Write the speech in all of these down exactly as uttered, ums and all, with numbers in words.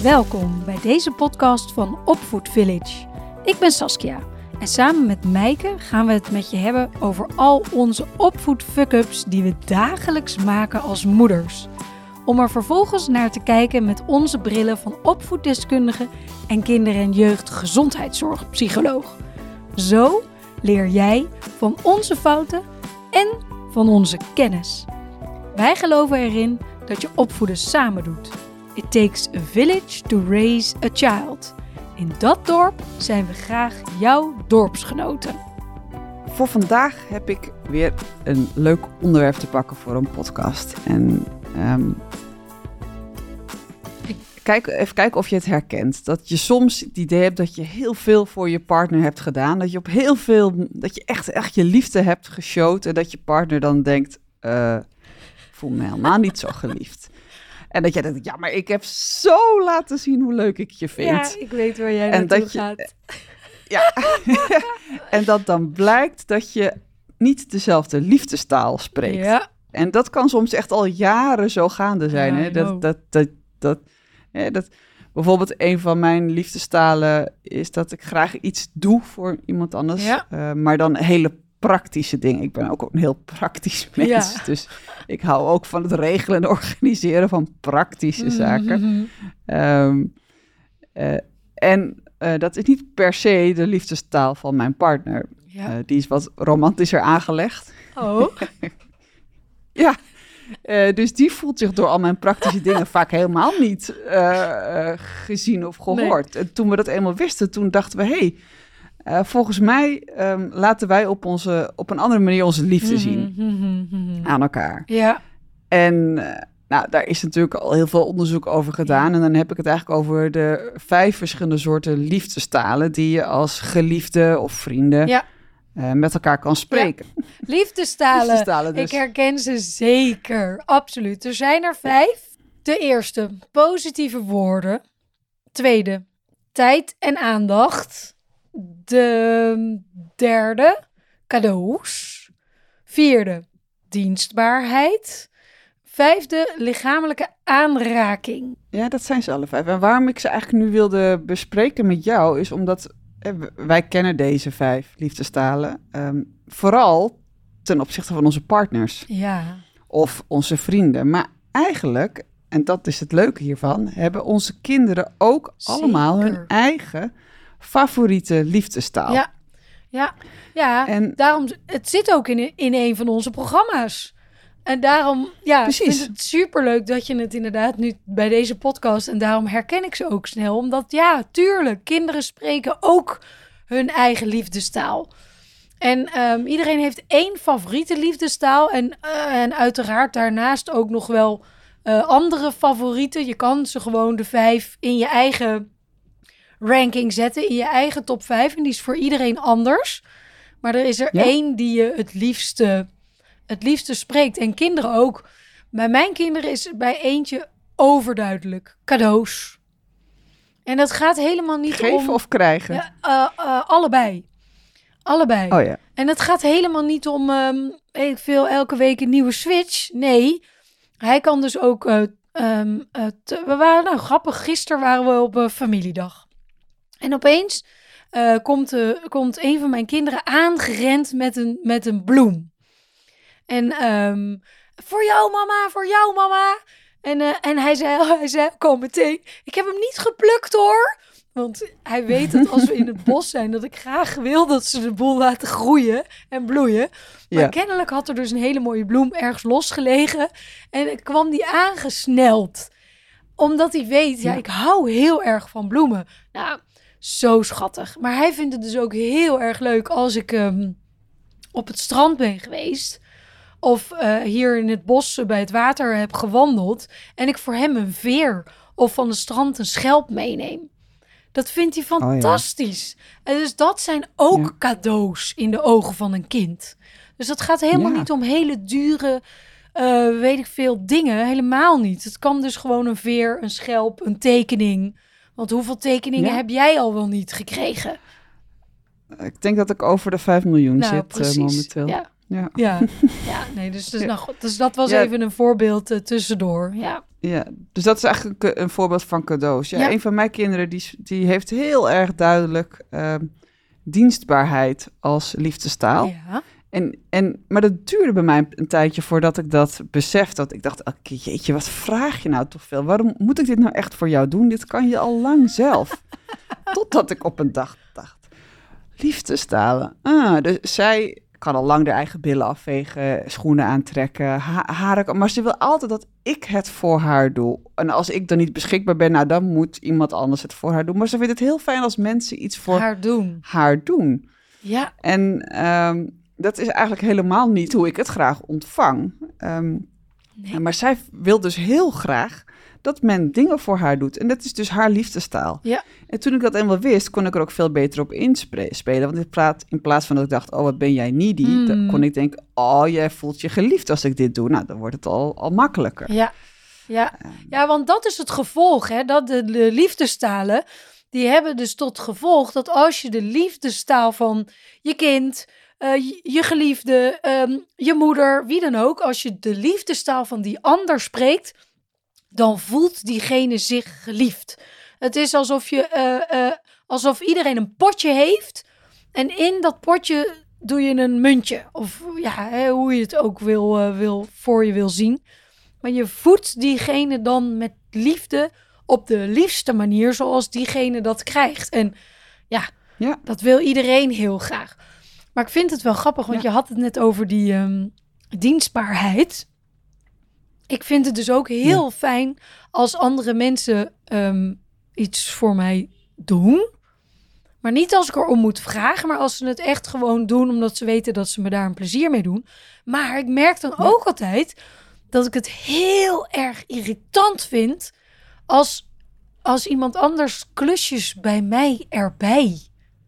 Welkom bij deze podcast van Opvoed Village. Ik ben Saskia en samen met Meike gaan we het met je hebben over al onze opvoed fuck-ups die we dagelijks maken als moeders. Om er vervolgens naar te kijken met onze brillen van opvoeddeskundige en kinder- en jeugdgezondheidszorgpsycholoog. Zo leer jij van onze fouten en van onze kennis. Wij geloven erin dat je opvoeden samen doet. It takes a village to raise a child. In dat dorp zijn we graag jouw dorpsgenoten. Voor vandaag heb ik weer een leuk onderwerp te pakken voor een podcast. En um, kijk, even kijken of je het herkent. Dat je soms het idee hebt dat je heel veel voor je partner hebt gedaan. Dat je op heel veel, dat je echt, echt je liefde hebt geshowd. En dat je partner dan denkt, uh, ik voel me helemaal niet zo geliefd. En dat jij denkt, ja, maar ik heb zo laten zien hoe leuk ik je vind. Ja, ik weet waar jij en naartoe dat je, gaat. Ja, en dat dan blijkt dat je niet dezelfde liefdestaal spreekt. Ja. En dat kan soms echt al jaren zo gaande zijn. Ja, hè? Dat, dat, dat, dat, hè, dat, bijvoorbeeld een van mijn liefdestalen is dat ik graag iets doe voor iemand anders. Ja. Uh, maar dan hele praktische dingen. Ik ben ook een heel praktisch mens. Ja. Dus ik hou ook van het regelen en organiseren van praktische zaken. Mm-hmm. Um, uh, en uh, dat is niet per se de liefdestaal van mijn partner. Ja. Uh, die is wat romantischer aangelegd. Oh. Ja, uh, dus die voelt zich door al mijn praktische dingen vaak helemaal niet uh, uh, gezien of gehoord. Nee. En toen we dat eenmaal wisten, toen dachten we, hé, hey, uh, volgens mij um, laten wij op, onze, op een andere manier onze liefde Mm-hmm, zien mm-hmm. aan elkaar. Ja. En uh, nou, daar is natuurlijk al heel veel onderzoek over gedaan. En dan heb ik het eigenlijk over de vijf verschillende soorten liefdestalen die je als geliefde of vrienden Ja. uh, met elkaar kan spreken. Ja. Liefdestalen, Liefdestalen dus. Ik herken ze zeker, absoluut. Er zijn er vijf. De eerste, positieve woorden. Tweede, tijd en aandacht. De derde, cadeaus. Vierde, dienstbaarheid. Vijfde, lichamelijke aanraking. Ja, dat zijn ze alle vijf. En waarom ik ze eigenlijk nu wilde bespreken met jou is omdat eh, wij kennen deze vijf liefdestalen. Um, vooral ten opzichte van onze partners. Ja. Of onze vrienden. Maar eigenlijk, en dat is het leuke hiervan, hebben onze kinderen ook Zeker. allemaal hun eigen favoriete liefdestaal. Ja, ja, ja. En daarom, het zit ook in, in een van onze programma's. En daarom, ja, Precies. ik vind het superleuk dat je het inderdaad nu bij deze podcast, en daarom herken ik ze ook snel. Omdat, ja, tuurlijk, kinderen spreken ook hun eigen liefdestaal. En um, iedereen heeft één favoriete liefdestaal. En, uh, en uiteraard daarnaast ook nog wel uh, andere favorieten. Je kan ze gewoon de vijf in je eigen ranking zetten, in je eigen top vijf. En die is voor iedereen anders. Maar er is er Ja. één die je het liefste, het liefste spreekt. En kinderen ook. Bij mijn kinderen is bij eentje overduidelijk. Cadeaus. En dat gaat helemaal niet geven om... of krijgen? Ja, uh, uh, allebei. Allebei. Oh ja. En het gaat helemaal niet om, um, ik veel elke week een nieuwe Switch. Nee, hij kan dus ook... Uh, um, uh, te, we waren, nou grappig, gisteren waren we op uh, familiedag. En opeens uh, komt, uh, komt een van mijn kinderen aangerend met een, met een bloem. En um, voor jou mama, voor jou mama. En, uh, en hij zei, hij zei ook al meteen, ik heb hem niet geplukt hoor. Want hij weet dat als we in het bos zijn, dat ik graag wil dat ze de boel laten groeien en bloeien. Maar Ja. kennelijk had er dus een hele mooie bloem ergens losgelegen. En kwam die aangesneld. Omdat hij weet, ja, Ja. ik hou heel erg van bloemen. Nou, zo schattig. Maar hij vindt het dus ook heel erg leuk als ik um, op het strand ben geweest. Of uh, hier in het bos bij het water heb gewandeld. En ik voor hem een veer of van het strand een schelp meeneem. Dat vindt hij fantastisch. Oh, ja. En dus dat zijn ook ja. cadeaus in de ogen van een kind. Dus dat gaat helemaal ja. niet om hele dure, uh, weet ik veel, dingen. Helemaal niet. Het kan dus gewoon een veer, een schelp, een tekening. Want hoeveel tekeningen ja. heb jij al wel niet gekregen? Ik denk dat ik over de vijf miljoen nou, zit uh, momenteel. Ja. Ja. Ja, ja nee, dus, dus, Ja. nou, goed, dus dat was Ja. even een voorbeeld uh, tussendoor. Ja. Ja, dus dat is eigenlijk een, een voorbeeld van cadeaus. Ja, Ja. Een van mijn kinderen die, die heeft heel erg duidelijk uh, dienstbaarheid als liefdestaal. Ja. En, en, maar dat duurde bij mij een tijdje voordat ik dat besefte. Dat ik dacht, elke keer, jeetje, wat vraag je nou toch veel? Waarom moet ik dit nou echt voor jou doen? Dit kan je al lang zelf. Totdat ik op een dag dacht, liefdestalen. Ah, dus zij kan al lang haar eigen billen afvegen, schoenen aantrekken, ha- haren. Maar ze wil altijd dat ik het voor haar doe. En als ik dan niet beschikbaar ben, nou, dan moet iemand anders het voor haar doen. Maar ze vindt het heel fijn als mensen iets voor Haar doen. haar doen. Ja. En um, dat is eigenlijk helemaal niet hoe ik het graag ontvang. Um, Nee. Maar zij wil dus heel graag dat men dingen voor haar doet. En dat is dus haar liefdestaal. Ja. En toen ik dat eenmaal wist, kon ik er ook veel beter op inspelen. Want in plaats, in plaats van dat ik dacht, oh, wat ben jij needy? Mm. Dan kon ik denken, oh, jij voelt je geliefd als ik dit doe. Nou, dan wordt het al, al makkelijker. Ja. Ja. Ja, want dat is het gevolg, hè. Dat de, de liefdestalen, die hebben dus tot gevolg dat als je de liefdestaal van je kind, uh, je, je geliefde, um, je moeder, wie dan ook, als je de liefdestaal van die ander spreekt, dan voelt diegene zich geliefd. Het is alsof je, uh, uh, alsof iedereen een potje heeft en in dat potje doe je een muntje. Of ja, hè, hoe je het ook wil, uh, wil, voor je wil zien. Maar je voedt diegene dan met liefde op de liefste manier zoals diegene dat krijgt. En ja, Ja. dat wil iedereen heel graag. Maar ik vind het wel grappig, want Ja. je had het net over die um, dienstbaarheid. Ik vind het dus ook heel ja. fijn als andere mensen um, iets voor mij doen. Maar niet als ik erom moet vragen, maar als ze het echt gewoon doen omdat ze weten dat ze me daar een plezier mee doen. Maar ik merk dan ook altijd dat ik het heel erg irritant vind als, als iemand anders klusjes bij mij erbij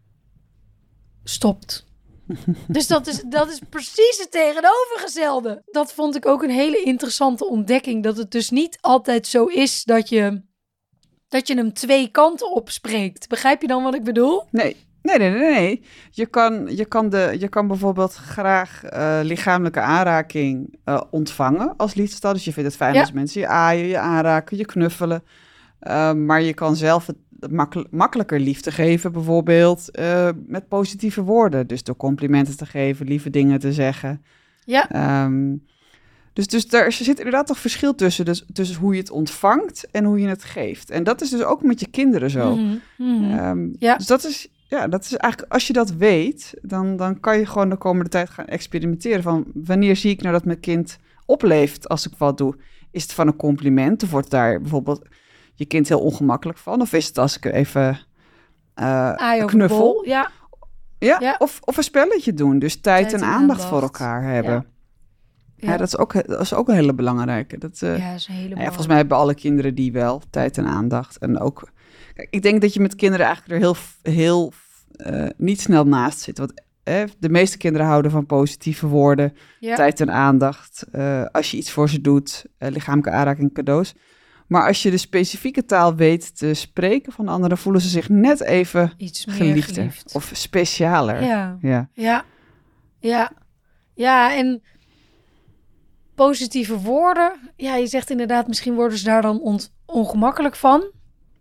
stopt. Dus dat is, dat is precies het tegenovergestelde. Dat vond ik ook een hele interessante ontdekking. Dat het dus niet altijd zo is dat je, dat je hem twee kanten opspreekt. Begrijp je dan wat ik bedoel? Nee. Nee, nee, nee, nee. Je kan, je kan, de, je kan bijvoorbeeld graag uh, lichamelijke aanraking uh, ontvangen als liefdestaal. Dus je vindt het fijn ja. als mensen je aaien, je aanraken, je knuffelen. Uh, maar je kan zelf het makkel- makkelijker liefde geven, bijvoorbeeld uh, met positieve woorden. Dus door complimenten te geven, lieve dingen te zeggen. Ja. Um, dus, dus daar zit inderdaad toch verschil tussen. Dus, tussen hoe je het ontvangt en hoe je het geeft. En dat is dus ook met je kinderen zo. Mm-hmm. Mm-hmm. Um, ja. Dus dat is... Ja, dat is eigenlijk, als je dat weet, dan, dan kan je gewoon de komende tijd gaan experimenteren van wanneer zie ik nou dat mijn kind opleeft als ik wat doe. Is het van een compliment of wordt daar bijvoorbeeld je kind heel ongemakkelijk van? Of is het als ik even uh, knuffel? Ja. Ja, ja. Of, of een spelletje doen, dus tijd, tijd en, en aandacht, aandacht voor elkaar hebben. Ja. Ja. Ja, dat is ook, dat is ook een hele belangrijke. Dat, uh, ja, dat is een hele belangrijke. Ja, volgens mij hebben alle kinderen die wel, tijd en aandacht en ook... Kijk, ik denk dat je met kinderen eigenlijk er heel, heel uh, niet snel naast zit. Want eh, de meeste kinderen houden van positieve woorden, ja. tijd en aandacht. Uh, als je iets voor ze doet, uh, lichamelijke aanraking, cadeaus. Maar als je de specifieke taal weet te spreken van anderen, voelen ze zich net even iets meer geliefder geliefd. Of specialer. Ja. Ja. Ja. Ja. Ja, en positieve woorden. Ja, je zegt inderdaad, misschien worden ze daar dan ont- ongemakkelijk van.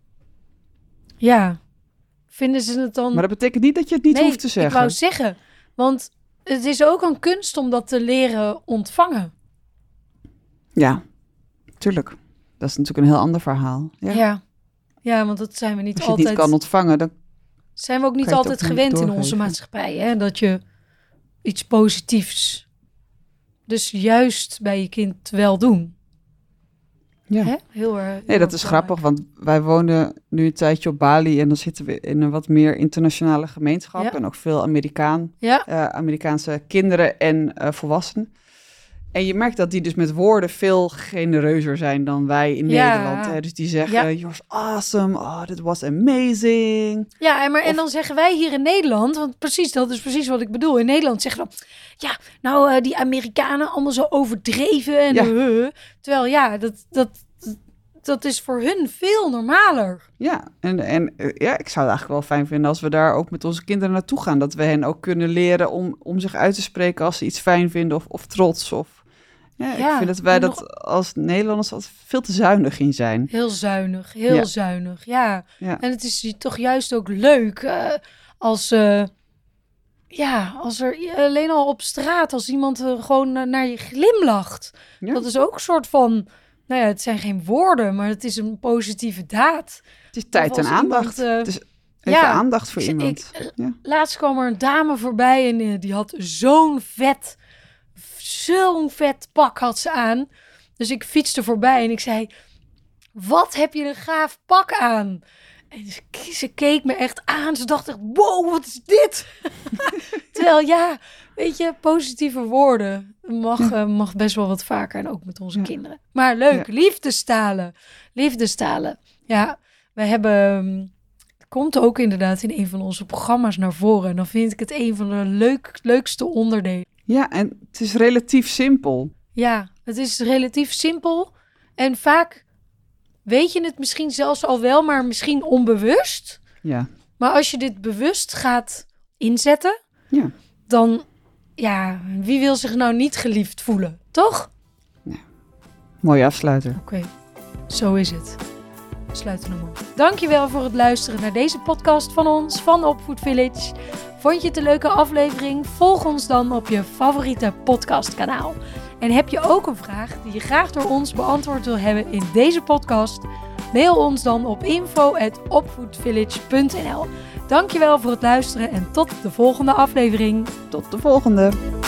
Ja, vinden ze het dan... Maar dat betekent niet dat je het niet nee, hoeft te zeggen. Ik wou zeggen, want het is ook een kunst om dat te leren ontvangen. Ja, tuurlijk. Dat is natuurlijk een heel ander verhaal. Ja, ja. ja want dat zijn we niet altijd... Als je altijd... het niet kan ontvangen, dan... Zijn we ook niet altijd ook gewend in onze maatschappij, hè? Dat je iets positiefs dus juist bij je kind wel doen. Ja, Hè? Heel erg. Nee, dat is grappig, want wij wonen nu een tijdje op Bali en dan zitten we in een wat meer internationale gemeenschap ja. en ook veel Amerikaan, ja. uh, Amerikaanse kinderen en uh, volwassenen. En je merkt dat die dus met woorden veel genereuzer zijn dan wij in ja. Nederland. Hè? Dus die zeggen, ja. you're awesome, oh, that was amazing. Ja, en, maar, of, en dan zeggen wij hier in Nederland, want precies, dat is precies wat ik bedoel. In Nederland zeggen dan, ja, nou, uh, die Amerikanen allemaal zo overdreven. En, ja. uh, terwijl, ja, dat, dat, dat is voor hun veel normaler. Ja, en, en ja, ik zou het eigenlijk wel fijn vinden als we daar ook met onze kinderen naartoe gaan. Dat we hen ook kunnen leren om, om zich uit te spreken als ze iets fijn vinden of, of trots. Of, ja, ja, ik vind dat wij nog... dat als Nederlanders altijd veel te zuinig in zijn. Heel zuinig, heel ja. zuinig, ja. ja. En het is toch juist ook leuk uh, als... Uh, Ja, als er alleen al op straat, als iemand uh, gewoon uh, naar je glimlacht. Ja. Dat is ook een soort van, nou ja, het zijn geen woorden, maar het is een positieve daad. Het is tijd en aandacht. Iemand, uh, het is even ja, aandacht voor ik, iemand. Ik, ja. Laatst kwam er een dame voorbij en uh, die had zo'n vet, zo'n vet pak had ze aan. Dus ik fietste voorbij en ik zei, wat heb je een gaaf pak aan? En ze, ze keek me echt aan. Ze dacht echt, wow, wat is dit? Terwijl, ja, weet je, positieve woorden mag, ja. uh, mag best wel wat vaker. En ook met onze ja. kinderen. Maar leuk, ja. liefdestalen. Liefdestalen. Ja, we hebben... Het komt ook inderdaad in een van onze programma's naar voren. En dan vind ik het een van de leuk, leukste onderdelen. Ja, en het is relatief simpel. Ja, het is relatief simpel. En vaak... weet je het misschien zelfs al wel, maar misschien onbewust. Ja. Maar als je dit bewust gaat inzetten, ja. dan, ja, wie wil zich nou niet geliefd voelen, toch? Ja. Mooie afsluiter. Oké, okay. Zo is het. We sluiten hem op. Dankjewel voor het luisteren naar deze podcast van ons, van Opvoed Village. Vond je het een leuke aflevering? Volg ons dan op je favoriete podcastkanaal. En heb je ook een vraag die je graag door ons beantwoord wil hebben in deze podcast? Mail ons dan op info at opvoedvillage punt n l. Dankjewel voor het luisteren en tot de volgende aflevering. Tot de volgende.